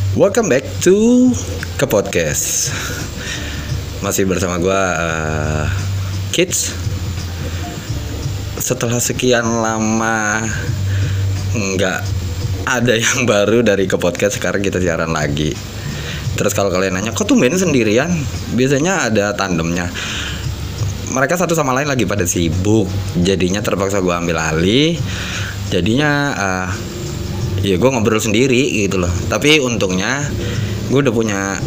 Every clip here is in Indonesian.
Welcome back to ke podcast. Masih bersama gue Kids. Setelah sekian lama nggak ada yang baru dari ke podcast, sekarang kita siaran lagi. Terus kalau kalian nanya, kok tumben sendirian? Biasanya ada tandemnya. Mereka satu sama lain lagi pada sibuk, jadinya terpaksa gue ambil alih. Jadinya ya gue ngobrol sendiri gitu loh. Tapi untungnya gue udah punya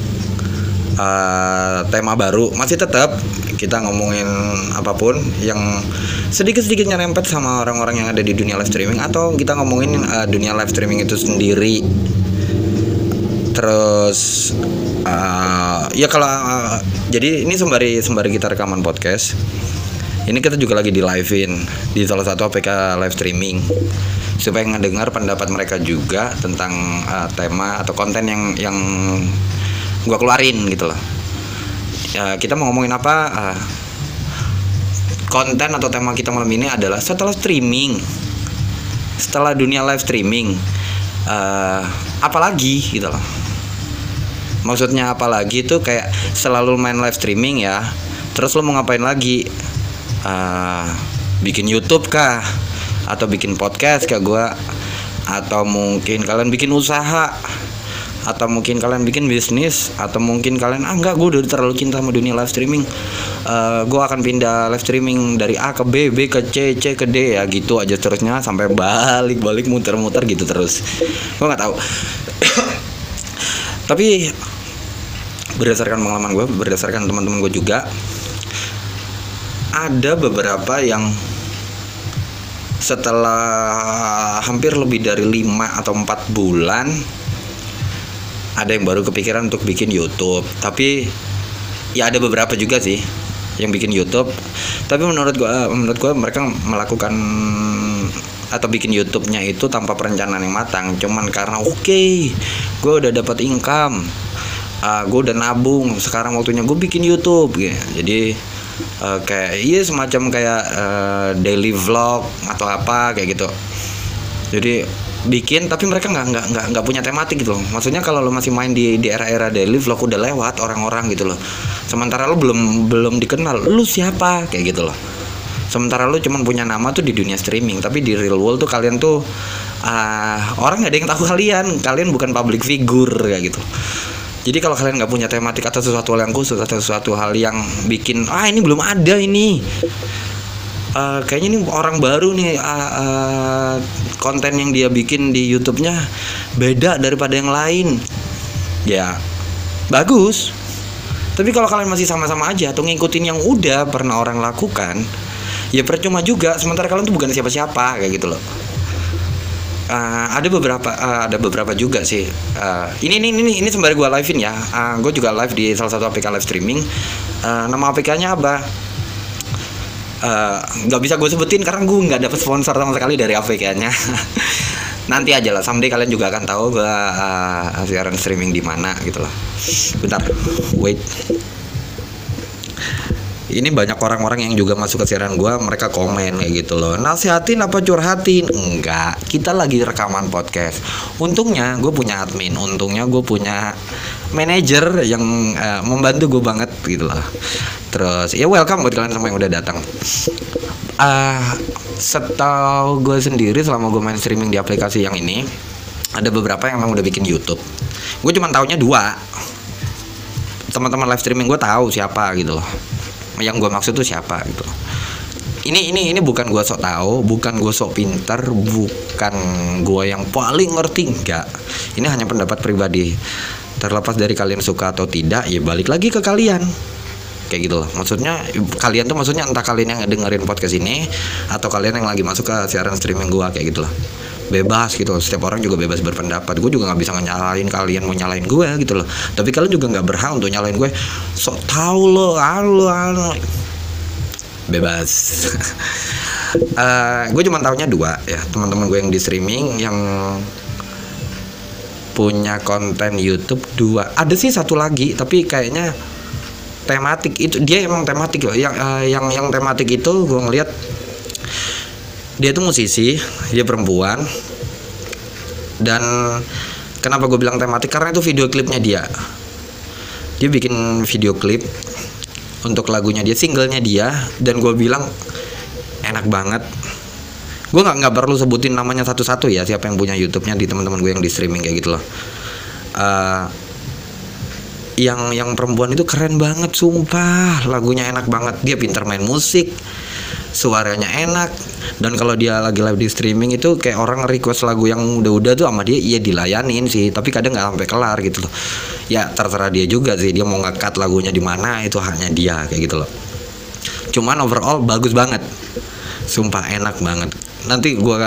tema baru. Masih tetap kita ngomongin apapun yang sedikit-sedikit nyerempet sama orang-orang yang ada di dunia live streaming, atau kita ngomongin dunia live streaming itu sendiri. Terus ya kalau jadi ini sembari kita rekaman podcast, ini kita juga lagi di live-in di salah satu APK live streaming supaya ngedengar pendapat mereka juga tentang tema atau konten yang gua keluarin gitu loh. Kita mau ngomongin apa? Konten atau tema kita malam ini adalah setelah dunia live streaming, apalagi gitu loh. Maksudnya apalagi itu kayak selalu main live streaming ya, terus lo mau ngapain lagi? Bikin YouTube kah? Atau bikin podcast kayak gue? Atau mungkin kalian bikin usaha? Atau mungkin kalian bikin bisnis? Atau mungkin kalian enggak, gue udah terlalu cinta sama dunia live streaming, gue akan pindah live streaming dari A ke B, B ke C, C ke D, ya gitu aja terusnya sampai balik muter-muter gitu terus. Gue nggak tahu. Tapi berdasarkan pengalaman gue, berdasarkan teman-teman gue juga, ada beberapa yang setelah hampir lebih dari 5 atau 4 bulan ada yang baru kepikiran untuk bikin YouTube. Tapi ya ada beberapa juga sih yang bikin YouTube, tapi menurut gue mereka melakukan atau bikin YouTube-nya itu tanpa perencanaan yang matang, cuman karena gue udah dapat income, gue udah nabung, sekarang waktunya gue bikin YouTube gitu. Jadi kayak semacam kayak daily vlog atau apa kayak gitu. Jadi bikin, tapi mereka nggak punya tematik gitu loh. Maksudnya kalau lo masih main di era-era daily vlog udah lewat orang-orang gitu loh. Sementara lo belum dikenal, lo siapa kayak gitu loh. Sementara lo cuma punya nama tuh di dunia streaming, tapi di real world tuh kalian tuh orang nggak ada yang tahu kalian bukan public figure kayak gitu. Jadi kalau kalian nggak punya tematik atau sesuatu hal yang khusus atau sesuatu hal yang bikin ini belum ada ini, kayaknya ini orang baru nih, konten yang dia bikin di YouTube-nya beda daripada yang lain, ya bagus. Tapi kalau kalian masih sama-sama aja atau ngikutin yang udah pernah orang lakukan, ya percuma juga. Sementara kalian tuh bukan siapa-siapa kayak gitu loh. Ada beberapa juga sih. Ini sembari gue live-in ya. Gue juga live di salah satu APK live streaming. Nama APK-nya apa? Nggak bisa gue sebutin karena gue nggak dapet sponsor sama sekali dari APK-nya. Nanti aja lah, someday kalian juga akan tahu gue siaran streaming di mana gitu loh. Bentar, wait. Ini banyak orang-orang yang juga masuk ke siaran gue, mereka komen kayak gitu loh, nasihatin apa curhatin? Enggak, kita lagi rekaman podcast. Untungnya gue punya admin, untungnya gue punya manajer yang membantu gue banget gitu loh. Terus ya welcome buat kalian semua yang udah datang. Setahu gue sendiri selama gue main streaming di aplikasi yang ini, ada beberapa yang memang udah bikin YouTube. Gue cuma taunya 2. Teman-teman live streaming gue tahu siapa gitu loh. Yang gue maksud tuh siapa gitu. Ini bukan gue sok tahu, bukan gue sok pinter, bukan gue yang paling ngerti, enggak. Ini hanya pendapat pribadi. Terlepas dari kalian suka atau tidak, ya balik lagi ke kalian. Kayak gitu loh. Maksudnya kalian tuh maksudnya entah kalian yang dengerin podcast ini atau kalian yang lagi masuk ke siaran streaming gue kayak gitu loh. Bebas gitu, setiap orang juga bebas berpendapat. Gue juga nggak bisa nyalain kalian mau nyalain gue gitu loh. Tapi kalian juga nggak berhak untuk nyalain gue. Sok tahu lo, bebas. Gue cuma taunya 2 ya, teman-teman gue yang di streaming yang punya konten YouTube 2. Ada sih satu lagi, tapi kayaknya tematik itu dia emang tematik loh. Yang tematik itu gue ngeliat dia tuh musisi, dia perempuan, dan Kenapa gue bilang tematik? Karena itu video klipnya dia. Dia bikin video klip untuk lagunya dia, singlenya dia, dan gue bilang enak banget. Gue nggak perlu sebutin namanya satu-satu ya, siapa yang punya YouTube-nya di teman-teman gue yang di streaming kayak gitu loh. Yang perempuan itu keren banget, sumpah, lagunya enak banget. Dia pintar main musik, suaranya enak, dan kalau dia lagi live di streaming itu kayak orang request lagu yang udah tuh sama dia, iya dilayanin sih, tapi kadang nggak sampai kelar gitu loh. Ya terserah dia juga sih, dia mau nge-cut lagunya di mana itu hanya dia kayak gitu loh. Cuman overall bagus banget, sumpah enak banget. Nanti gua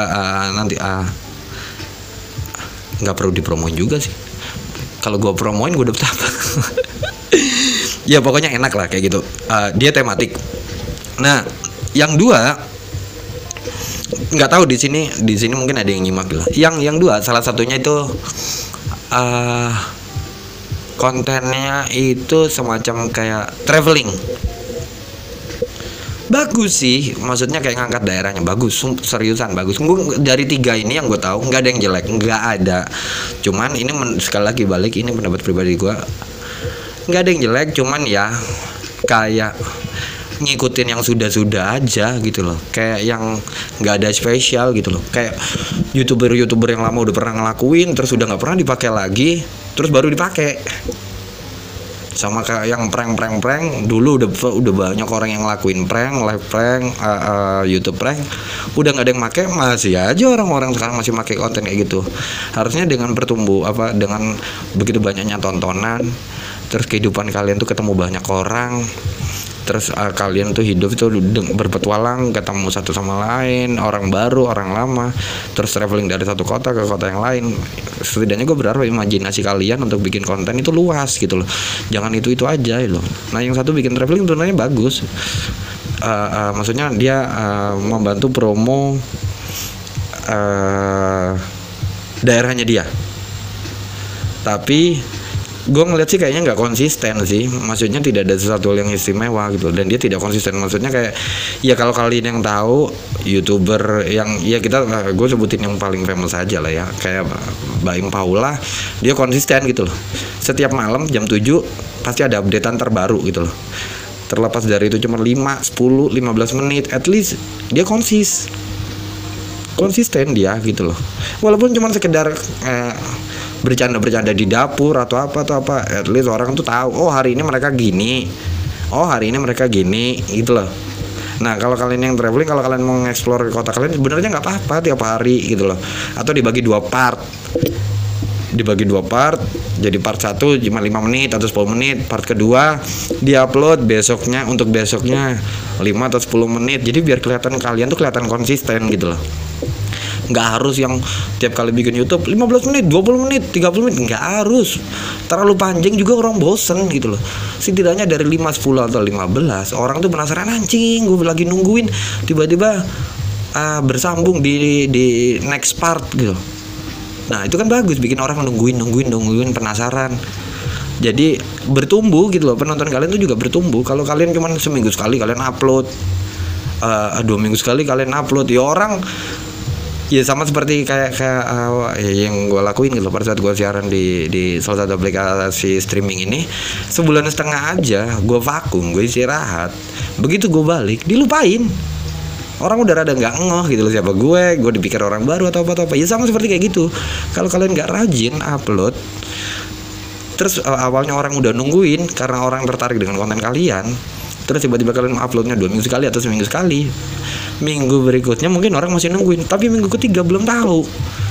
nggak perlu dipromoin juga sih. Kalau gue promoin gue dapet apa? Ya pokoknya enak lah kayak gitu. Dia tematik. Nah, yang dua nggak tahu di sini mungkin ada yang nyimak lah. Yang dua salah satunya itu kontennya itu semacam kayak traveling. Bagus sih, maksudnya kayak ngangkat daerahnya bagus, seriusan bagus. Dari 3 ini yang gue tahu nggak ada yang jelek, nggak ada. Cuman ini sekali lagi balik, ini pendapat pribadi gue, nggak ada yang jelek. Cuman ya kayak ngikutin yang sudah aja gitu loh, kayak yang nggak ada spesial gitu loh. Kayak youtuber yang lama udah pernah ngelakuin, terus udah nggak pernah dipakai lagi, terus baru dipakai. Sama kayak yang prank dulu udah banyak orang yang ngelakuin prank, live prank, YouTube prank, udah nggak ada yang make, masih aja orang-orang sekarang masih make konten kayak gitu. Harusnya dengan dengan begitu banyaknya tontonan, terus kehidupan kalian tuh ketemu banyak orang, terus kalian tuh hidup itu berpetualang, ketemu satu sama lain, orang baru, orang lama, terus traveling dari satu kota ke kota yang lain. Setidaknya gue berharap imajinasi kalian untuk bikin konten itu luas gitu loh, jangan itu aja loh. Nah yang satu bikin traveling sebenarnya bagus, maksudnya dia membantu promo daerahnya dia, tapi gue ngeliat sih kayaknya nggak konsisten sih, maksudnya tidak ada sesuatu yang istimewa gitu, dan dia tidak konsisten. Maksudnya kayak ya kalau kalian yang tahu YouTuber yang ya gue sebutin yang paling famous aja lah ya, kayak Baim Paula, dia konsisten gitu loh, setiap malam jam 7 pasti ada updatean terbaru gitu loh. Terlepas dari itu cuma 5, 10, 15 menit, at least dia konsisten dia gitu loh, walaupun cuma sekedar bercanda di dapur atau apa, at least orang tuh tahu, oh hari ini mereka gini, gitu loh. Nah kalau kalian yang traveling, kalau kalian mau nge-explore kota kalian, sebenarnya nggak apa-apa tiap hari gitu loh, atau dibagi 2 part, jadi part 1 cuma 5 menit atau 10 menit, part kedua diupload besoknya, untuk besoknya 5 atau 10 menit, jadi biar kalian tuh kelihatan konsisten gitu loh. Nggak harus yang tiap kali bikin YouTube 15 menit, 20 menit, 30 menit, nggak harus. Terlalu panjang juga orang bosen gitu loh. Setidaknya dari 5, 10 atau 15 orang tuh penasaran, anjing gue lagi nungguin, tiba-tiba bersambung di next part gitu. Nah itu kan bagus, bikin orang nungguin penasaran. Jadi bertumbuh gitu loh, penonton kalian tuh juga bertumbuh. Kalau kalian cuma seminggu sekali kalian upload, 2 minggu sekali kalian upload, ya orang ya sama seperti kayak yang gue lakuin gitu pada saat gue siaran di salah satu aplikasi streaming ini. Sebulan setengah aja gue vakum, gue istirahat, begitu gue balik dilupain, orang udah rada nggak ngeh gitu loh siapa gue dipikir orang baru atau apa. Ya sama seperti kayak gitu, kalau kalian nggak rajin upload, terus awalnya orang udah nungguin karena orang tertarik dengan konten kalian, terus tiba-tiba kalian uploadnya 2 minggu sekali atau seminggu sekali, minggu berikutnya mungkin orang masih nungguin, tapi minggu ketiga belum tahu.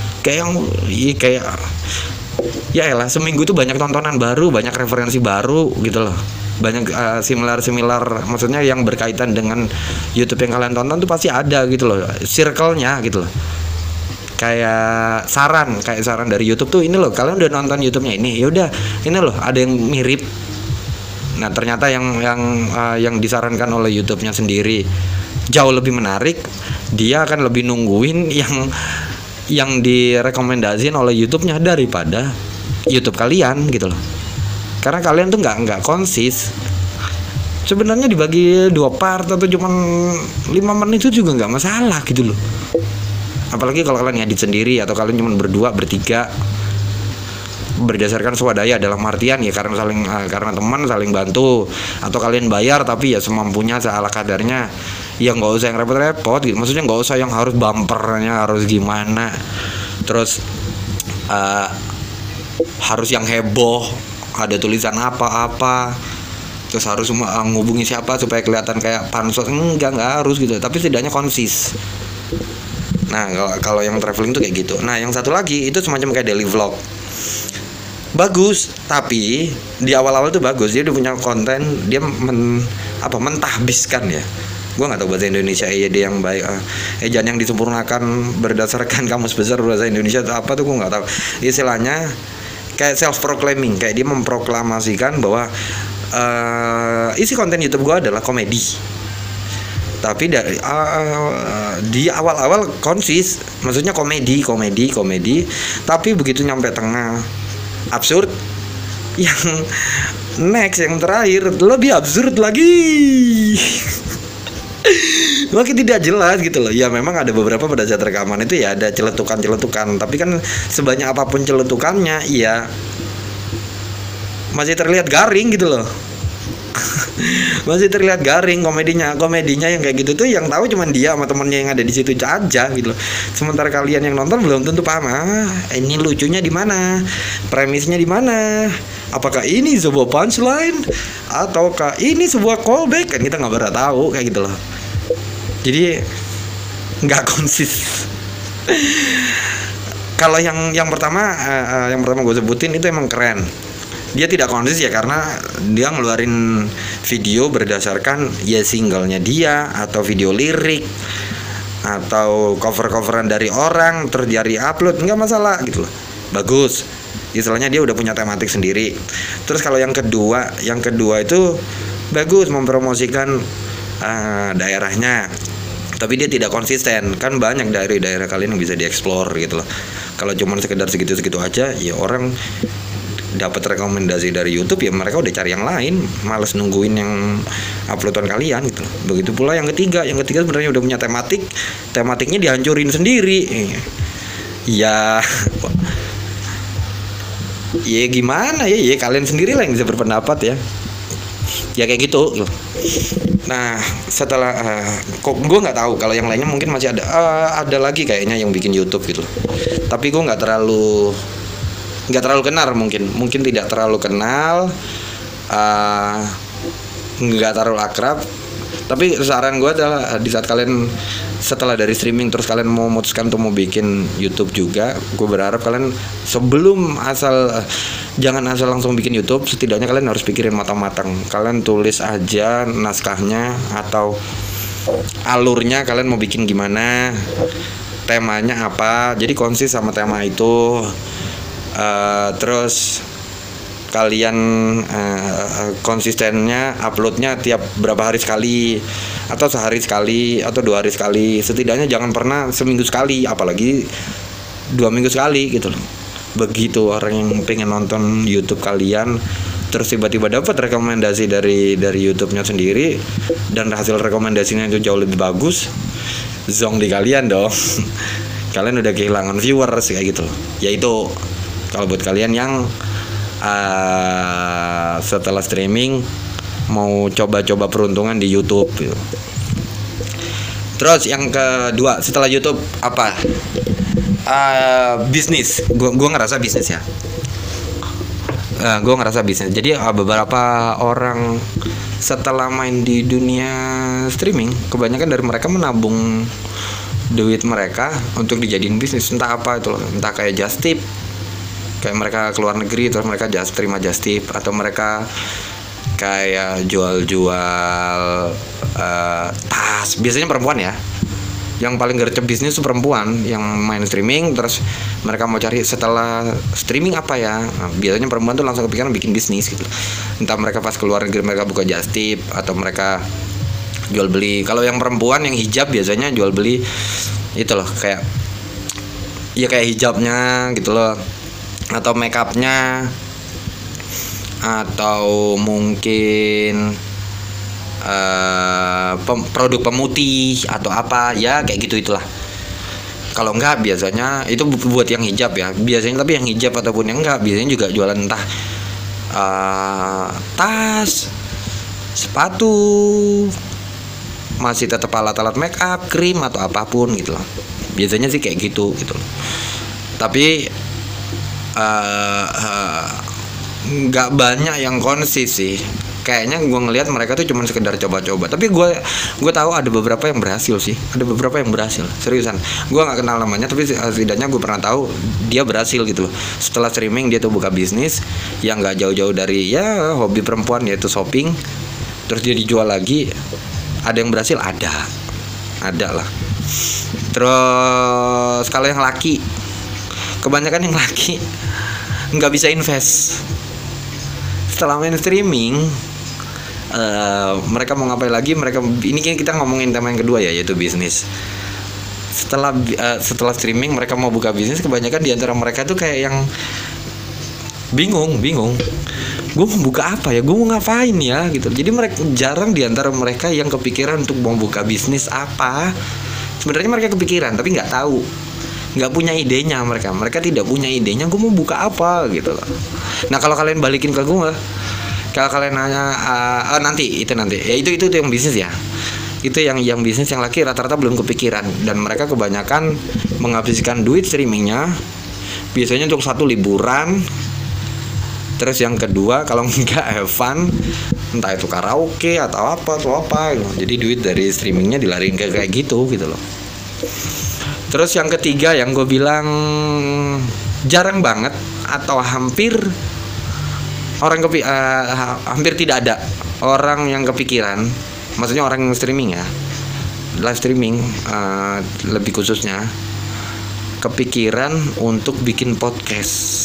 Kayak ya elah, seminggu itu banyak tontonan baru, banyak referensi baru gitu loh, banyak similar, maksudnya yang berkaitan dengan YouTube yang kalian tonton tuh pasti ada gitu loh, circle-nya gitu loh. Kayak saran dari YouTube tuh, ini loh kalian udah nonton YouTube-nya ini, ya udah ini loh ada yang mirip. Nah ternyata yang disarankan oleh YouTube-nya sendiri jauh lebih menarik, dia akan lebih nungguin yang direkomendasiin oleh YouTube-nya daripada YouTube kalian gitu loh. Karena kalian tuh nggak konsis. Sebenarnya dibagi 2 part atau cuma 5 menit itu juga nggak masalah gitu loh. Apalagi kalau kalian ngedit sendiri atau kalian cuma berdua, bertiga. berdasarkan swadaya, dalam artian ya karena teman saling bantu, atau kalian bayar tapi ya semampunya seala kadarnya, ya nggak usah yang repot-repot gitu. Maksudnya nggak usah yang harus bumpernya harus gimana, terus harus yang heboh, ada tulisan apa-apa, terus harus ngubungi siapa supaya kelihatan kayak pansos. Nggak harus gitu, tapi setidaknya konsis. Nah kalau yang traveling tuh kayak gitu. Nah yang satu lagi itu semacam kayak daily vlog, bagus, tapi di awal-awal tuh bagus, dia udah punya konten, dia mentahbiskan ya, gue nggak tahu bahasa Indonesia EYD yang baik, ejaan yang disempurnakan berdasarkan kamus besar bahasa Indonesia itu apa tuh gue nggak tahu. Istilahnya kayak self proclaiming, kayak dia memproklamasikan bahwa isi konten YouTube gue adalah komedi. Tapi di awal-awal konsis, maksudnya komedi, tapi begitu nyampe tengah absurd, yang next, yang terakhir lebih absurd lagi. Makin tidak jelas gitu loh. Ya memang ada beberapa pada saat rekaman itu ya ada celetukan, tapi kan sebanyak apapun celetukannya ya masih terlihat garing gitu loh. Masih terlihat garing komedinya yang kayak gitu tuh, yang tahu cuman dia sama temennya yang ada di situ aja gitu loh. Sementara kalian yang nonton belum tentu paham, ini lucunya di mana, premisnya di mana, apakah ini sebuah punchline ataukah ini sebuah callback, kan kita nggak pernah tahu kayak gitu loh. Jadi nggak konsis. Kalau yang pertama gue sebutin itu emang keren. Dia tidak konsis ya karena dia ngeluarin video berdasarkan ya singlenya dia, atau video lirik, atau cover-coveran dari orang terus dia upload, nggak masalah gitu loh, bagus. Istilahnya dia udah punya tematik sendiri. Terus kalau yang kedua itu bagus, mempromosikan daerahnya, tapi dia tidak konsisten. Kan banyak dari daerah kalian yang bisa dieksplor gitu loh. Kalau cuma sekedar segitu aja ya orang dapat rekomendasi dari YouTube ya mereka udah cari yang lain, males nungguin yang uploadan kalian gitu. Begitu pula yang ketiga sebenarnya udah punya tematiknya dihancurin sendiri. Ya gimana ya kalian sendiri lah yang bisa berpendapat ya kayak gitu. Nah setelah kok gue nggak tahu kalau yang lainnya mungkin masih ada lagi kayaknya yang bikin YouTube gitu, tapi gue nggak terlalu kenal, mungkin tidak terlalu kenal, nggak terlalu akrab. Tapi saran gue adalah di saat kalian setelah dari streaming terus kalian mau memutuskan untuk mau bikin YouTube juga, gue berharap kalian sebelum jangan asal langsung bikin YouTube, setidaknya kalian harus pikirin matang-matang. Kalian tulis aja naskahnya atau alurnya, kalian mau bikin gimana, temanya apa, jadi konsis sama tema itu. Terus kalian konsistennya uploadnya tiap berapa hari sekali, atau sehari sekali, atau 2 hari sekali. Setidaknya jangan pernah seminggu sekali, apalagi 2 minggu sekali gitu loh. Begitu orang yang pengen nonton YouTube kalian terus tiba-tiba dapat rekomendasi dari YouTube-nya sendiri, dan hasil rekomendasinya itu jauh lebih bagus, zong di kalian dong. Kalian udah kehilangan viewers kayak gitu loh. Yaitu kalau buat kalian yang setelah streaming mau coba-coba peruntungan di YouTube gitu. Terus yang kedua setelah YouTube apa? Bisnis. Gua ngerasa bisnis ya. Gue ngerasa bisnis. Jadi beberapa orang setelah main di dunia streaming, kebanyakan dari mereka menabung duit mereka untuk dijadiin bisnis. Entah apa itu loh, entah kayak just tip, kayak mereka keluar negeri terus mereka terima just tip, atau mereka kayak jual-jual tas. Biasanya perempuan ya, yang paling gercep bisnis itu perempuan yang main streaming terus mereka mau cari setelah streaming apa ya. Nah, biasanya perempuan tuh langsung kepikiran bikin bisnis gitu. Entah mereka pas keluar negeri mereka buka just tip, atau mereka jual beli. Kalau yang perempuan yang hijab biasanya jual beli itu loh, kayak hijabnya gitu loh, atau make upnya, atau mungkin produk pemutih atau apa ya kayak gitu itulah. Kalau enggak biasanya itu buat yang hijab ya. Biasanya tapi yang hijab ataupun yang enggak biasanya juga jualan entah tas, sepatu, masih tetap alat-alat make up, krim atau apapun gitu loh. Biasanya sih kayak gitu loh. Tapi nggak banyak yang konsis sih. Kayaknya gue ngelihat mereka tuh cuma sekedar coba-coba. Tapi gue tahu ada beberapa yang berhasil sih. Ada beberapa yang berhasil. Seriusan. Gue nggak kenal namanya, tapi setidaknya gue pernah tahu dia berhasil gitu. Setelah streaming dia tuh buka bisnis yang nggak jauh-jauh dari ya hobi perempuan, yaitu shopping. Terus dia dijual lagi. Ada yang berhasil, ada lah. Terus kalau yang laki, kebanyakan yang laki nggak bisa invest. Setelah main streaming, mereka mau ngapain lagi? Ini kita ngomongin tema yang kedua ya, yaitu bisnis. Setelah streaming mereka mau buka bisnis, kebanyakan di antara mereka tuh kayak yang bingung. Gue mau buka apa ya? Gue mau ngapain ya? Gitu. Jadi mereka jarang di antara mereka yang kepikiran untuk mau buka bisnis apa. Sebenarnya mereka kepikiran, tapi nggak tahu, nggak punya idenya mereka. Mereka tidak punya idenya. Gue mau buka apa gitu loh. Nah kalau kalian balikin ke gue, kalau kalian nanya nanti ya itu yang bisnis ya. Itu yang bisnis yang laki rata-rata belum kepikiran, dan mereka kebanyakan menghabiskan duit streamingnya biasanya untuk satu liburan. Terus yang kedua kalau enggak have fun, entah itu karaoke atau apa gitu. Jadi duit dari streamingnya dilariin ke kayak gitu loh. Terus yang ketiga yang gue bilang jarang banget atau hampir hampir tidak ada orang yang kepikiran, maksudnya orang yang streaming ya, live streaming lebih khususnya, kepikiran untuk bikin podcast.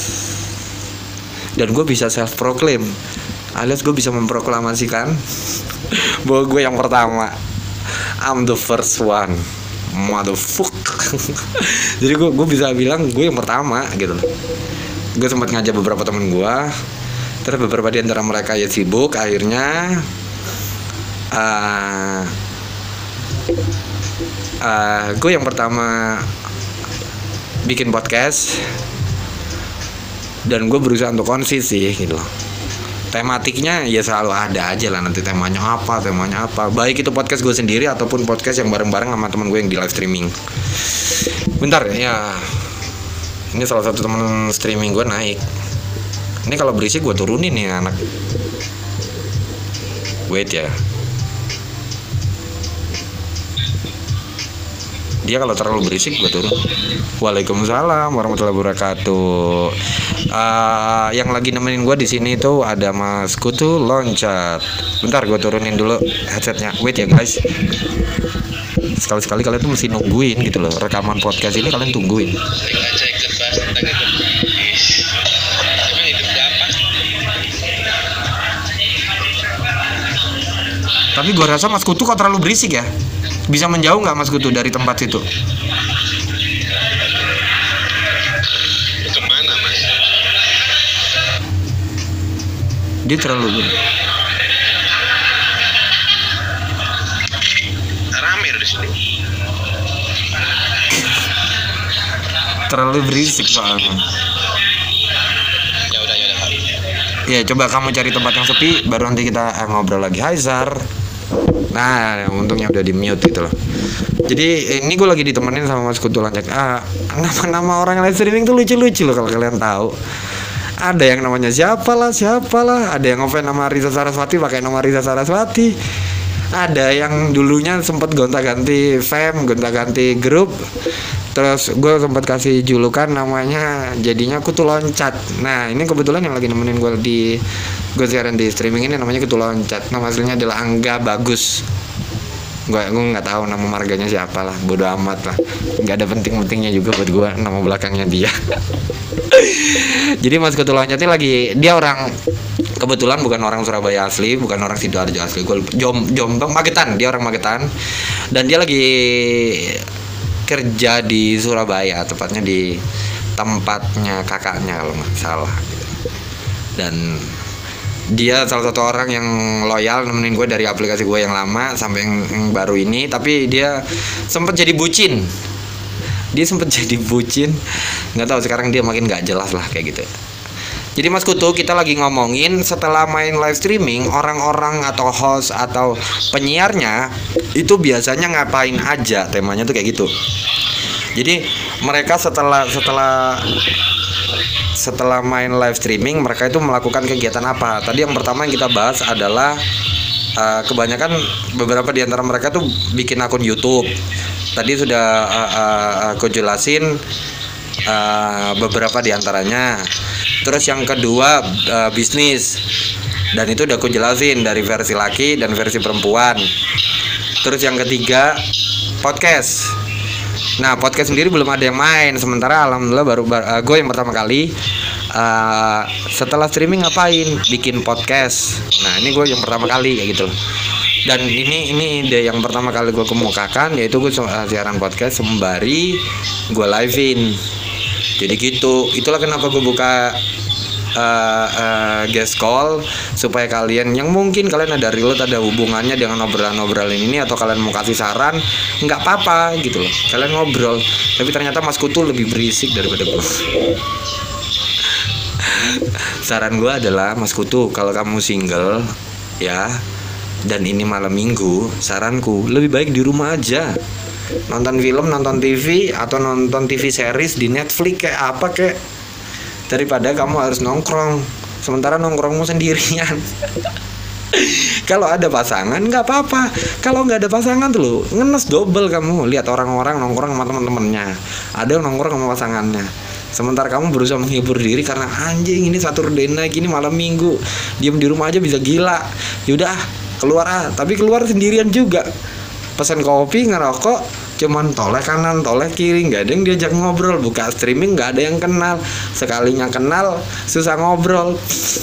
Dan gue bisa self proclaim, alias gue bisa memproklamasikan bahwa gue yang pertama. I'm the first one, motherfucker. Jadi gue bisa bilang gue yang pertama gitu loh. Gue sempat ngajak beberapa teman gue, terus beberapa di antara mereka ya sibuk. Akhirnya gue yang pertama bikin podcast, dan gue berusaha untuk konsis sih gitu loh. Tematiknya ya selalu ada aja lah, nanti temanya apa, baik itu podcast gue sendiri ataupun podcast yang bareng-bareng sama teman gue yang di live streaming. Bentar ya, ini salah satu teman streaming gue naik. Ini kalau berisik gue turunin nih anak. Wait ya. Dia kalau terlalu berisik gue turun. Waalaikumsalam warahmatullahi wabarakatuh. Yang lagi nemenin gue di sini tuh ada Mas Kutu loncat. Bentar gue turunin dulu headsetnya. Wait ya guys. Sekali-sekali kalian tuh mesti nungguin gitu loh. Rekaman podcast ini kalian tungguin. Tapi gue rasa Mas Kutu kok terlalu berisik ya. Bisa menjauh nggak Mas Kutu dari tempat situ? Kemana Mas? Dia terlalu Rame di sini. terlalu berisik soalnya. Ya udah. Ya coba kamu cari tempat yang sepi, baru nanti kita ngobrol lagi. Hai Zar. Nah, untungnya udah di mute gitu loh. Jadi ini gue lagi ditemenin sama Mas Kutu Lancak. Nama-nama orang live streaming tuh lucu-lucu loh kalau kalian tahu. Ada yang namanya siapa lah. Ada yang ngefans nama Riza Saraswati pakai nama Riza Saraswati. Ada yang dulunya sempat gonta-ganti fam, gonta-ganti grup. Terus gue sempat kasih julukan namanya jadinya Kutu Loncat. Nah ini kebetulan yang lagi nemenin gue siaran di streaming ini namanya Kutu Loncat. Nama aslinya adalah Angga Bagus. Gue nggak tahu nama marganya siapa lah, bodo amat lah, nggak ada penting-pentingnya juga buat gue nama belakangnya dia. Jadi Mas Kutu Loncat ini dia orang kebetulan bukan orang Surabaya asli, bukan orang Sidoarjo asli, gue Jombang, Magetan, dia orang Magetan, dan dia lagi kerja di Surabaya, tepatnya di tempatnya kakaknya kalau nggak salah. Dan dia salah satu orang yang loyal nemenin gue dari aplikasi gue yang lama sampai yang baru ini. Tapi dia sempat jadi bucin dia sempet jadi bucin, nggak tahu sekarang dia makin nggak jelas lah kayak gitu. Jadi Mas Kutu, kita lagi ngomongin setelah main live streaming, orang-orang atau host atau penyiarnya itu biasanya ngapain aja, temanya tuh kayak gitu. Jadi mereka setelah main live streaming, mereka itu melakukan kegiatan apa? Tadi yang pertama yang kita bahas adalah kebanyakan beberapa di antara mereka tuh bikin akun YouTube. Tadi sudah aku jelasin beberapa di antaranya. Terus yang kedua bisnis, dan itu udah aku jelasin dari versi laki dan versi perempuan. Terus yang ketiga podcast. Nah, podcast sendiri belum ada yang main, sementara alhamdulillah baru gue yang pertama kali setelah streaming ngapain, bikin podcast. Nah, ini gue yang pertama kali kayak gitu. Dan ini ide yang pertama kali gue kemukakan, yaitu gue siaran podcast sembari gue live-in. Jadi gitu, itulah kenapa gue buka guest call, supaya kalian yang mungkin kalian ada relate, ada hubungannya dengan obrolan ini, atau kalian mau kasih saran, nggak apa-apa gitu loh, kalian ngobrol. Tapi ternyata Mas Kutu lebih berisik daripada gue. Saran gue adalah, Mas Kutu, kalau kamu single ya, dan ini malam minggu, saranku lebih baik di rumah aja, nonton film, nonton TV, atau nonton TV series di Netflix kayak apa kayak, daripada kamu harus nongkrong, sementara nongkrongmu sendirian. Kalau ada pasangan nggak apa-apa, kalau nggak ada pasangan tuh lo ngenes double. Kamu lihat orang-orang nongkrong sama teman-temannya, ada yang nongkrong sama pasangannya, sementara kamu berusaha menghibur diri karena anjing ini Saturday night, ini malam minggu, diem di rumah aja bisa gila. Yaudah keluar tapi keluar sendirian juga, pesan kopi, ngerokok, cuman toleh kanan toleh kiri, nggak ada yang diajak ngobrol. Buka streaming nggak ada yang kenal, sekalinya kenal susah ngobrol.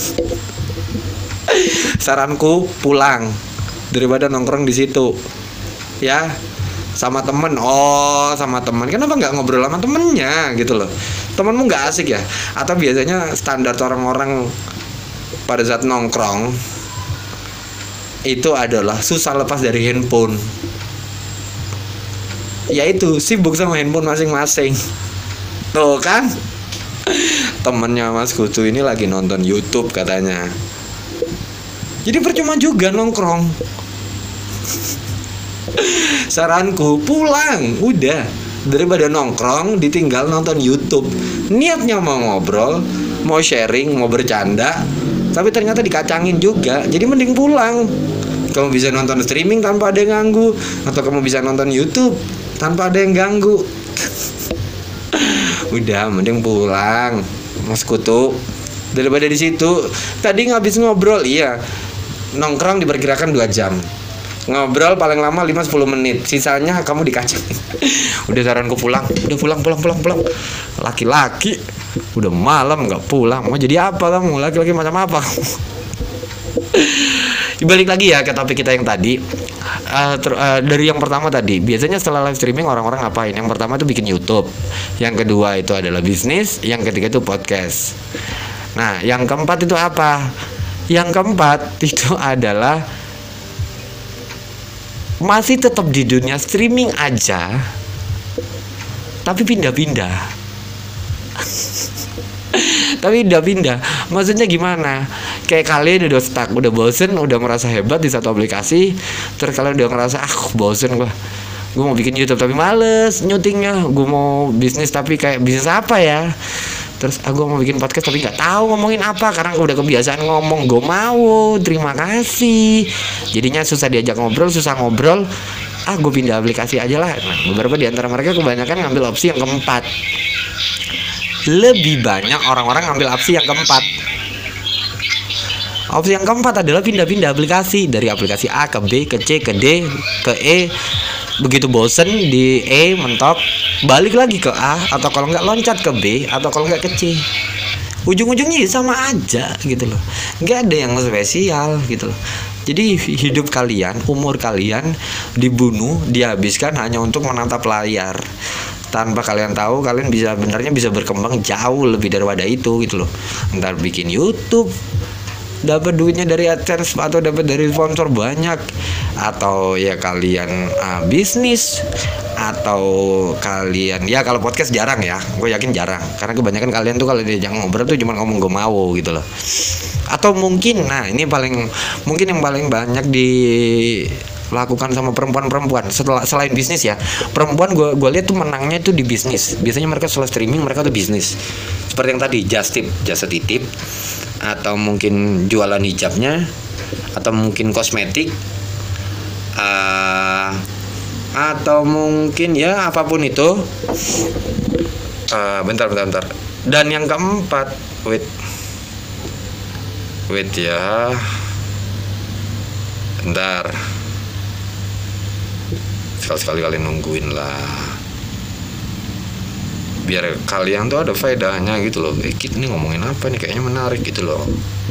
Saranku pulang daripada nongkrong di situ ya, sama temen. Sama temen, kenapa nggak ngobrol sama temennya gitu loh? Temenmu nggak asik ya? Atau biasanya standar orang-orang pada saat nongkrong itu adalah susah lepas dari handphone, yaitu sibuk sama handphone masing-masing. Tuh kan, temennya Mas Kutu ini lagi nonton YouTube katanya, jadi percuma juga nongkrong. Saranku pulang udah, daripada nongkrong ditinggal nonton YouTube. Niatnya mau ngobrol, mau sharing, mau bercanda, tapi ternyata dikacangin juga. Jadi mending pulang. Kamu bisa nonton streaming tanpa ada yang ganggu, atau kamu bisa nonton YouTube tanpa ada yang ganggu. Udah mending pulang, Mas Kutu, daripada di situ. Tadi ngabis ngobrol, iya, nongkrong diperkirakan 2 jam, ngobrol paling lama 5-10 menit, sisanya kamu dikacang. Udah saranku pulang, udah pulang. Laki-laki udah malam nggak pulang, mau jadi apa kamu? Laki-laki macam apa? Balik lagi ya ke topik kita yang tadi. Dari yang pertama tadi, biasanya setelah live streaming orang-orang ngapain? Yang pertama itu bikin YouTube, yang kedua itu adalah bisnis, yang ketiga itu podcast. Nah, yang keempat itu apa? Yang keempat itu adalah masih tetap di dunia streaming aja, tapi pindah-pindah. Tapi udah pindah, maksudnya gimana? Kayak kalian udah stuck, udah bosen, udah merasa hebat di satu aplikasi, terus kalian udah ngerasa bosen gue mau bikin YouTube tapi males nyutingnya, gue mau bisnis tapi kayak bisnis apa ya, terus gue mau bikin podcast tapi nggak tahu ngomongin apa karena udah kebiasaan ngomong gue mau terima kasih, jadinya susah diajak ngobrol, susah ngobrol. Gue pindah aplikasi aja lah. Nah, beberapa di antara mereka kebanyakan ngambil opsi yang keempat. Lebih banyak orang-orang ngambil opsi yang keempat. Opsi yang keempat adalah pindah-pindah aplikasi, dari aplikasi A ke B ke C ke D ke E. Begitu bosen di E mentok, balik lagi ke A, atau kalau nggak loncat ke B, atau kalau nggak ke C. Ujung-ujungnya sama aja gitu loh, nggak ada yang spesial gitu loh. Jadi hidup kalian, umur kalian dibunuh, dihabiskan hanya untuk menatap layar. Tanpa kalian tahu, kalian sebenarnya bisa berkembang jauh lebih daripada itu gitu loh. Entar bikin YouTube, dapat duitnya dari AdSense atau dapat dari sponsor banyak, atau ya kalian bisnis, atau kalian ya, kalau podcast jarang ya, gue yakin jarang, karena kebanyakan kalian tuh kalau diajak ngobrol tuh cuma ngomong gue mau gitu loh. Atau mungkin, nah ini mungkin yang paling banyak dilakukan sama perempuan selain bisnis ya. Perempuan gue lihat tuh menangnya itu di bisnis. Biasanya mereka setelah streaming mereka tuh bisnis. Seperti yang tadi, jasa titip, atau mungkin jualan hijabnya, atau mungkin kosmetik, atau mungkin ya apapun itu. Bentar. Dan yang keempat, wait ya, bentar. Sekali kalian nungguin lah, biar kalian tuh ada faedahnya gitu loh. Kita ini ngomongin apa nih, kayaknya menarik gitu loh.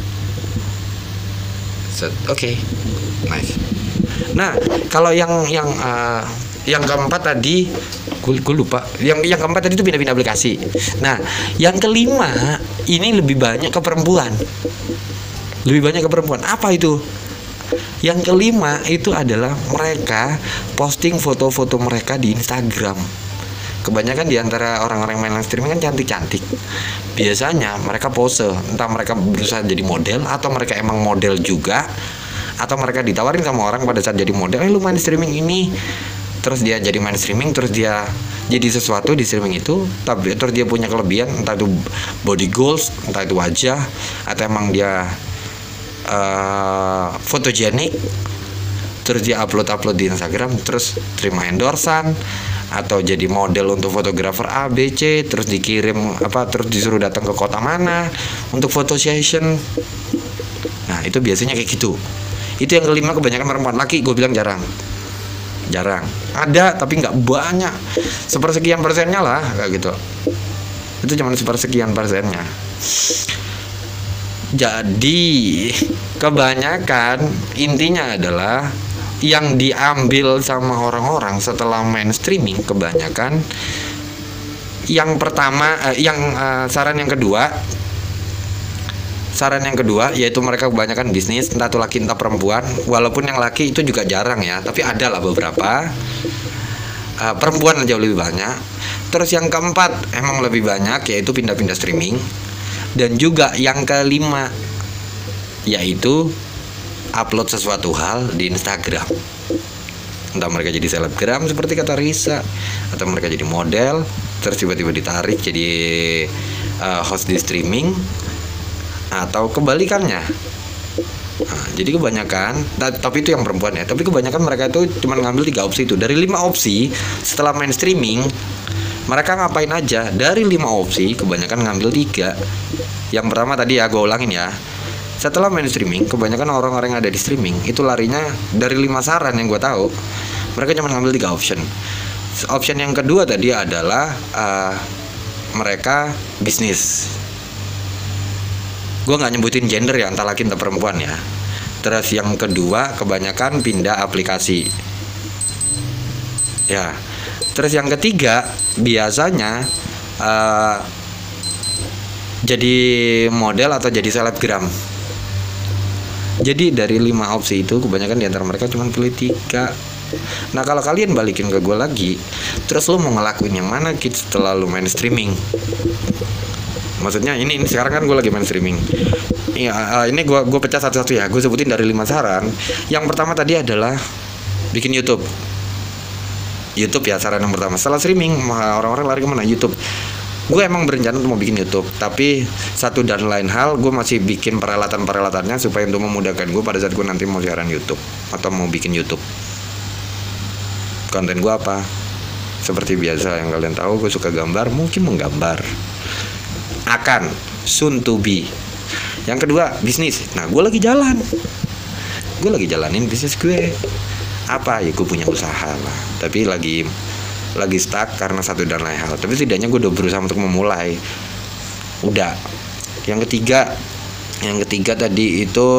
Oke. Nice. Nah, kalau yang keempat tadi gue lupa. Yang keempat tadi itu pindah-pindah aplikasi. Nah, yang kelima ini lebih banyak ke perempuan. Apa itu? Yang kelima itu adalah mereka posting foto-foto mereka di Instagram. Kebanyakan di antara orang-orang main streaming kan cantik-cantik. Biasanya mereka pose, entah mereka berusaha jadi model, atau mereka emang model juga, atau mereka ditawarin sama orang pada saat jadi model, lu main streaming ini, terus dia jadi main streaming, terus dia jadi sesuatu di streaming itu, tapi terus dia punya kelebihan, entah itu body goals, entah itu wajah, atau emang dia fotogenik, terus dia upload di Instagram, terus terima endorsan, atau jadi model untuk fotografer A, B, C, terus dikirim terus disuruh datang ke kota mana untuk foto session. Nah, itu biasanya kayak gitu. Itu yang kelima, kebanyakan perempuan. Laki gue bilang jarang. Ada tapi nggak banyak, sepersekian persennya lah kayak gitu. Itu cuma sepersekian persennya. Jadi kebanyakan intinya adalah yang diambil sama orang-orang setelah main streaming, kebanyakan yang pertama, saran yang kedua yaitu mereka kebanyakan bisnis, entah itu laki entah perempuan. Walaupun yang laki itu juga jarang ya, tapi ada lah beberapa. Perempuan jauh lebih banyak. Terus yang keempat emang lebih banyak, yaitu pindah-pindah streaming. Dan juga yang kelima yaitu upload sesuatu hal di Instagram. Entah mereka jadi selebgram seperti kata Risa, atau mereka jadi model terus tiba-tiba ditarik jadi host di streaming, atau kebalikannya. Nah, jadi kebanyakan, tapi itu yang perempuan ya, tapi kebanyakan mereka itu cuma ngambil 3 opsi itu. Dari 5 opsi setelah main streaming, mereka ngapain aja? Dari 5 opsi kebanyakan ngambil 3. Yang pertama tadi ya, gue ulangin ya, setelah main streaming, kebanyakan orang-orang yang ada di streaming itu larinya dari 5 saran yang gue tahu, mereka cuma ngambil 3 option. Option yang kedua tadi adalah mereka bisnis. Gue nggak nyebutin gender ya, entah laki entah perempuan ya. Terus yang kedua kebanyakan pindah aplikasi ya. Terus yang ketiga biasanya jadi model atau jadi selebgram. Jadi dari 5 opsi itu kebanyakan di antara mereka cuma pilih 3. Nah, kalau kalian balikin ke gue lagi, terus lo mau ngelakuin yang mana gitu setelah lo main streaming? Maksudnya ini sekarang kan gue lagi main streaming. Ini gue pecah satu-satu ya. Gue sebutin dari 5 saran. Yang pertama tadi adalah bikin YouTube ya, saran yang pertama. Setelah streaming orang-orang lari kemana? YouTube. Gue emang berencana untuk mau bikin YouTube, tapi satu dan lain hal gue masih bikin peralatan-peralatannya supaya untuk memudahkan gue pada saat gue nanti mau siaran YouTube atau mau bikin YouTube. Konten gue apa? Seperti biasa yang kalian tahu, gue suka gambar, mungkin menggambar. Akan soon to be. Yang kedua bisnis. Nah, gue lagi jalanin bisnis gue. Apa ya, gue punya usaha lah, tapi lagi stuck karena satu dan lain hal. Tapi setidaknya gue udah berusaha untuk memulai. Udah. Yang ketiga tadi itu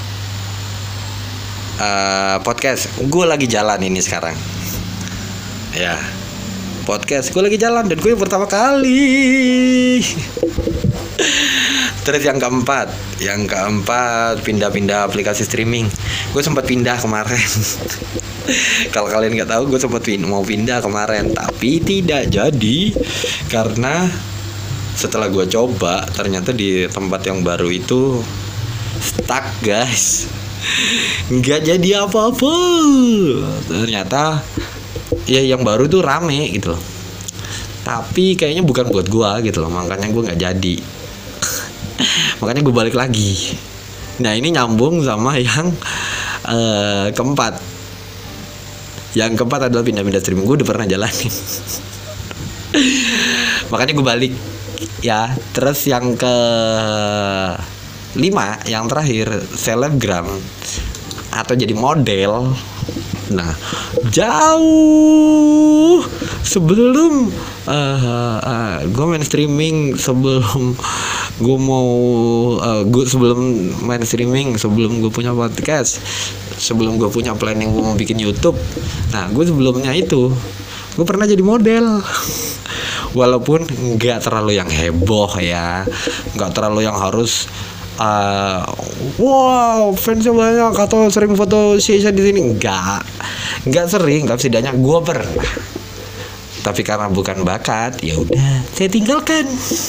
podcast. Gue lagi jalan ini sekarang. Ya, podcast gue lagi jalan dan gue yang pertama kali. Terus yang keempat pindah-pindah aplikasi streaming. Gue sempat pindah kemarin. Kalau kalian nggak tahu, gue sempat mau pindah kemarin, tapi tidak jadi karena setelah gue coba ternyata di tempat yang baru itu stuck guys, nggak jadi apa-apa. Ternyata ya yang baru tuh rame gitu loh, tapi kayaknya bukan buat gue gitu loh, makanya gue nggak jadi. Makanya gue balik lagi. Nah ini nyambung sama yang keempat. Yang keempat adalah pindah-pindah streaming. Gue udah pernah jalanin. Makanya gue balik ya. Terus yang ke 5, yang terakhir, selebgram atau jadi model. Nah jauh sebelum gue main streaming, sebelum gue mau sebelum main streaming, sebelum gue punya podcast, sebelum gue punya planning gue mau bikin YouTube. Nah gue sebelumnya itu gue pernah jadi model. Walaupun nggak terlalu yang heboh ya, nggak terlalu yang harus wow fansnya banyak atau sering foto Shisha di sini, nggak sering, tapi setidaknya gue pernah. Tapi karena bukan bakat, ya udah saya tinggalkan.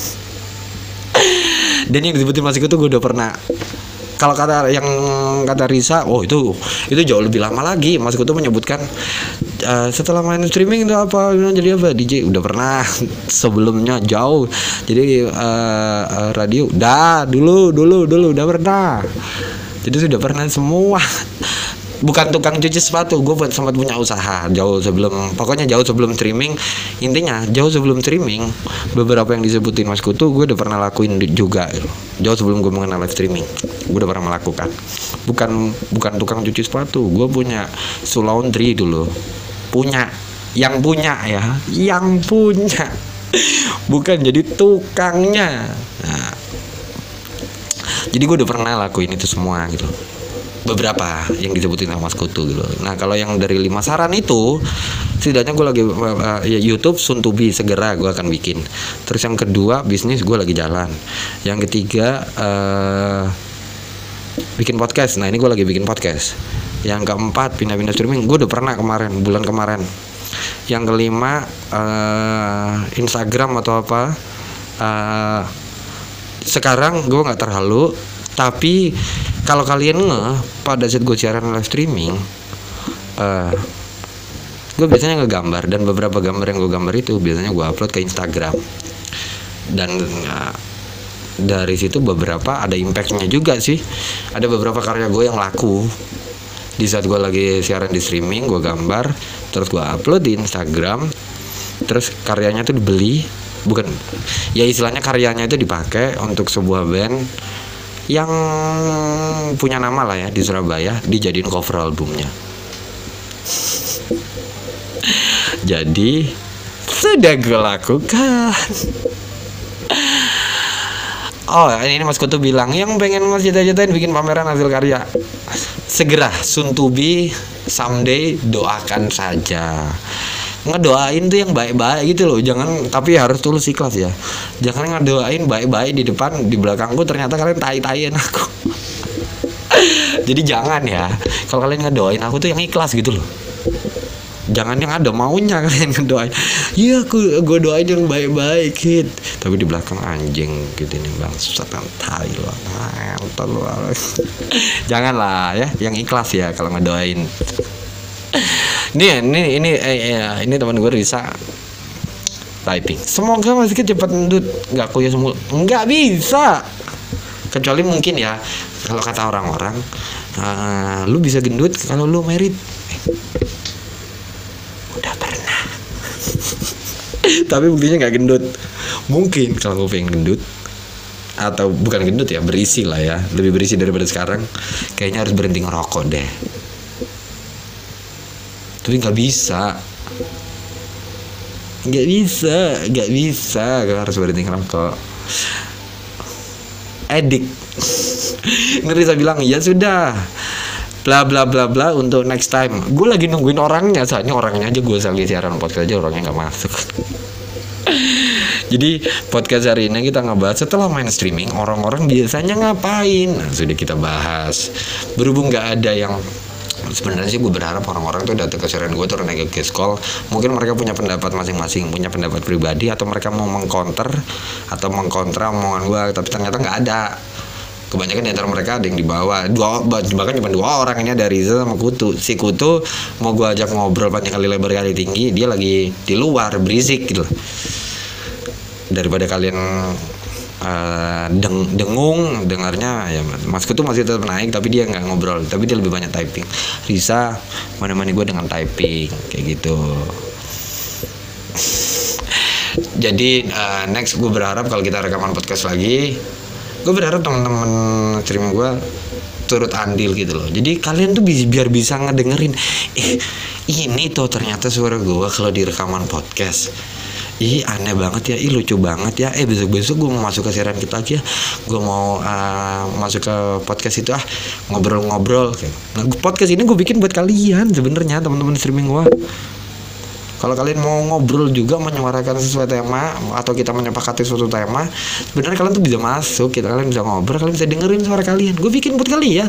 Dan yang disebutin Mas Iko tuh gue udah pernah. Kalau kata Risa, oh itu jauh lebih lama lagi. Mas Iko tuh menyebutkan setelah main streaming itu apa, jadi apa, DJ udah pernah. Sebelumnya jauh jadi radio dulu udah pernah. Jadi sudah pernah semua. Bukan tukang cuci sepatu, gue sempat punya usaha jauh sebelum streaming. Intinya jauh sebelum streaming, beberapa yang disebutin Mas Kutu gue udah pernah lakuin juga. Jauh sebelum gue mengenal live streaming, gue udah pernah melakukan. Bukan tukang cuci sepatu, gue punya laundry dulu. Yang punya bukan jadi tukangnya. Nah, jadi gue udah pernah lakuin itu semua gitu. Beberapa yang disebutin sama Mas Kutu gitu. Nah kalau yang dari 5 saran itu, setidaknya gue lagi YouTube soon to be, segera gue akan bikin. Terus yang kedua, bisnis gue lagi jalan. Yang ketiga bikin podcast. Nah ini gue lagi bikin podcast. Yang keempat pindah-pindah streaming, gue udah pernah bulan kemarin. Yang kelima Instagram atau apa, sekarang gue nggak terlalu. Tapi kalau kalian pada saat gue siaran live streaming, gue biasanya ngegambar, dan beberapa gambar yang gue gambar itu biasanya gue upload ke Instagram. Dan dari situ beberapa ada impactnya juga sih. Ada beberapa karya gue yang laku di saat gue lagi siaran di streaming, gue gambar, terus gue upload di Instagram, terus karyanya tuh dibeli, bukan ya istilahnya karyanya itu dipakai untuk sebuah band yang punya nama lah ya di Surabaya, dijadiin cover albumnya. Jadi sudah gue lakukan. Oh ini Mas Kutu bilang yang pengen Mas cita-citain bikin pameran hasil karya, segera, soon to be, someday, doakan saja. Ngedoain tuh yang baik-baik gitu loh, jangan, tapi harus tulus ikhlas ya. Jangan ngedoain baik-baik di depan, di belakangku ternyata kalian tai-taiin aku. Jadi jangan ya, kalau kalian ngedoain aku tuh yang ikhlas gitu loh. Jangan yang ada maunya kalian ngedoain. Iya gue doain yang baik-baik hit, tapi di belakang anjing gitu nih bang, susah tai loh. Janganlah ya, yang ikhlas ya kalau ngedoain. Ini teman gue Risa typing. Semoga Mas Kit cepat gendut, nggak kuya semua. Nggak bisa. Kecuali mungkin ya, kalau kata orang-orang, lu bisa gendut kalau lu married. Udah pernah. Tapi buktinya nggak gendut. Mungkin kalau gue pengen gendut, atau bukan gendut ya, berisi lah ya, lebih berisi daripada sekarang, kayaknya harus berhenti ngerokok deh. Tapi nggak bisa, gue harus berhenti ngerokok. Edik. Ngeri saya bilang ya sudah, bla bla bla bla untuk next time. Gue lagi nungguin orangnya, soalnya orangnya aja gue lagi siaran podcast aja orangnya nggak masuk. Jadi podcast hari ini kita ngebahas setelah main streaming orang-orang biasanya ngapain. Nah, sudah kita bahas. Berhubung nggak ada yang sebenarnya sih gue berharap orang-orang tuh datang ke siaran gue tuh naik ke call. Mungkin mereka punya pendapat masing-masing, punya pendapat pribadi, atau mereka mau mengcounter atau mengkontra omongan gue, tapi ternyata nggak ada. Kebanyakan di antara mereka ada yang dibawa bahkan cuma 2 orang, ini ada Riza sama Kutu. Si Kutu mau gue ajak ngobrol panjang kali lebar kali tinggi, dia lagi di luar berisik gitu. Daripada kalian dengung dengarnya ya, Mas Kutu masih tetap naik tapi dia nggak ngobrol, tapi dia lebih banyak typing. Risa menemani gue dengan typing kayak gitu. Jadi next gue berharap kalau kita rekaman podcast lagi, gue berharap teman-teman stream gue turut andil gitu loh. Jadi kalian tuh biar bisa ngedengerin, ini tuh ternyata suara gue kalau di rekaman podcast. Aneh banget ya, lucu banget ya. Besok-besok gue mau masuk ke siaran kita lagi ya. Gue mau masuk ke podcast itu ngobrol-ngobrol. Nah, podcast ini gue bikin buat kalian sebenarnya, teman-teman streaming gue. Kalau kalian mau ngobrol juga, menyuarakan sesuatu tema, atau kita menyepakati suatu tema, sebenarnya kalian tuh bisa masuk, kalian bisa ngobrol, kalian bisa dengerin suara kalian. Gue bikin buat kalian.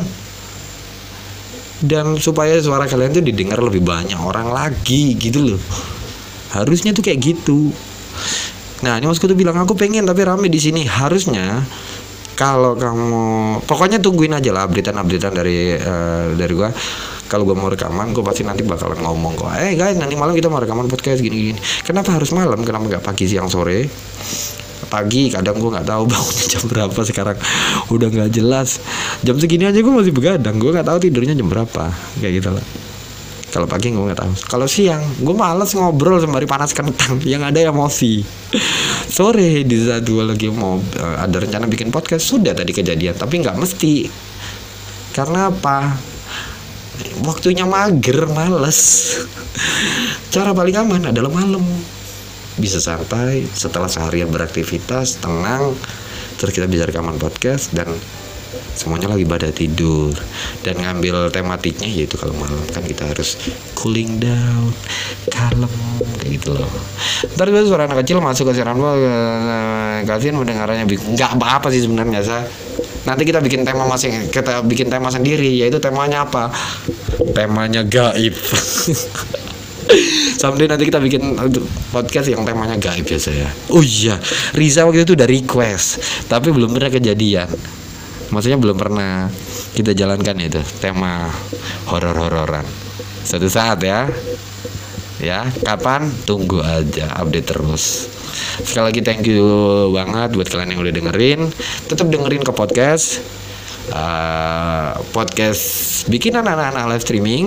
Dan supaya suara kalian tuh didengar lebih banyak orang lagi gitu loh. Harusnya tuh kayak gitu. Nah, ini Mas Kutu bilang aku pengen tapi rame di sini. Harusnya kalau kamu pokoknya tungguin aja lah updatean dari gua. Kalau gua mau rekaman, gua pasti nanti bakalan ngomong kok. Guys, nanti malam kita mau rekaman podcast gini. Kenapa harus malam? Kenapa nggak pagi, siang, sore? Pagi kadang gue nggak tahu bangunnya jam berapa sekarang, udah nggak jelas. Jam segini aja gue masih begadang, gue nggak tahu tidurnya jam berapa, kayak gitu lah. Kalau pagi gue nggak tahu. Kalau siang gue malas ngobrol sembari panas kentang, yang ada emosi. Sore di saat gue lagi mau ada rencana bikin podcast, sudah tadi kejadian, tapi nggak mesti. Karena apa? Waktunya mager, males. Cara paling aman adalah malam. Bisa santai setelah seharian beraktivitas, tenang, terus kita bisa rekaman podcast dan semuanya lagi pada tidur. Dan ngambil tematiknya yaitu kalau malam kan kita harus cooling down, kalem kayak gitu loh. Ntar gue suara anak kecil masuk ke siaran gue, kasihan mendengarnya. Nggak apa-apa sih sebenarnya. Nanti kita bikin tema sendiri, yaitu temanya apa? Temanya gaib. Someday nanti kita bikin podcast yang temanya gaib biasa ya. Oh iya, Riza waktu itu udah request, tapi belum pernah kejadian. Maksudnya belum pernah kita jalankan itu tema horor-hororan. Suatu saat ya. Ya, kapan? Tunggu aja, update terus. Sekali lagi thank you banget buat kalian yang udah dengerin. Tetap dengerin ke podcast. Podcast bikinan anak-anak live streaming.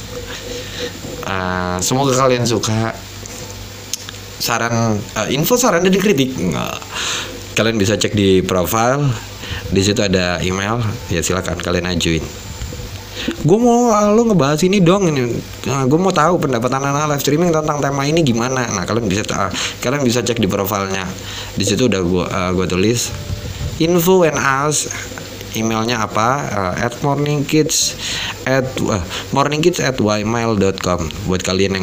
Semoga kalian suka. Saran, info, saran dan kritik, kalian bisa cek di profile. Di situ ada email, ya silakan kalian ajuin. Gue mau lo ngebahas ini dong, gue mau tahu pendapat anak-anak live streaming tentang tema ini gimana. Nah, kalian bisa cek di profilnya. Di situ udah gue tulis info and ask. Emailnya apa? morningkids@ymail.com. Buat kalian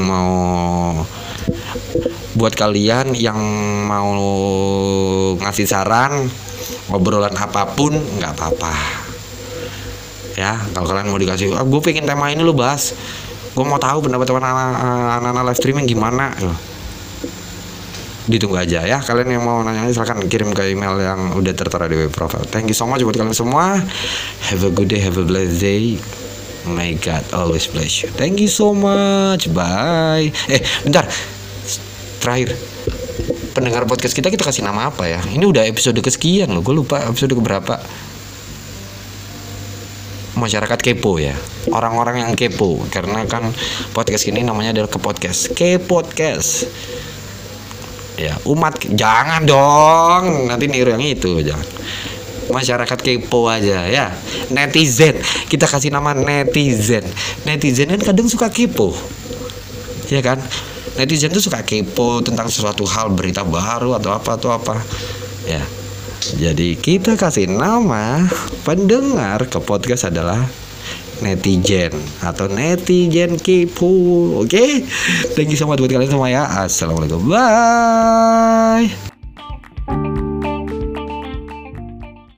yang mau ngasih saran, obrolan apapun nggak apa-apa. Ya, kalau kalian mau dikasih, gue pengen tema ini lo bahas. Gue mau tahu pendapat anak-anak live streaming gimana. Ditunggu aja ya. Kalian yang mau nanya silahkan kirim ke email yang udah tertera di web profile. Thank you so much buat kalian semua. Have a good day, have a blessed day. May God always bless you. Thank you so much. Bye. Bentar. Terakhir, pendengar podcast kita kasih nama apa ya? Ini udah episode kesekian loh. Gue lupa episode keberapa. Masyarakat kepo ya, orang-orang yang kepo. Karena kan podcast ini namanya adalah Kepodcast. Ya, umat jangan dong, nanti niru yang itu, jangan. Masyarakat kepo aja ya. Netizen, kita kasih nama netizen. Netizen kan kadang suka kepo, ya kan? Netizen tuh suka kepo tentang sesuatu hal, berita baru atau apa ya. Jadi kita kasih nama pendengar ke podcast adalah netizen atau netizen kepo. Oke? Thank you so much buat kalian semua ya. Assalamualaikum. Bye.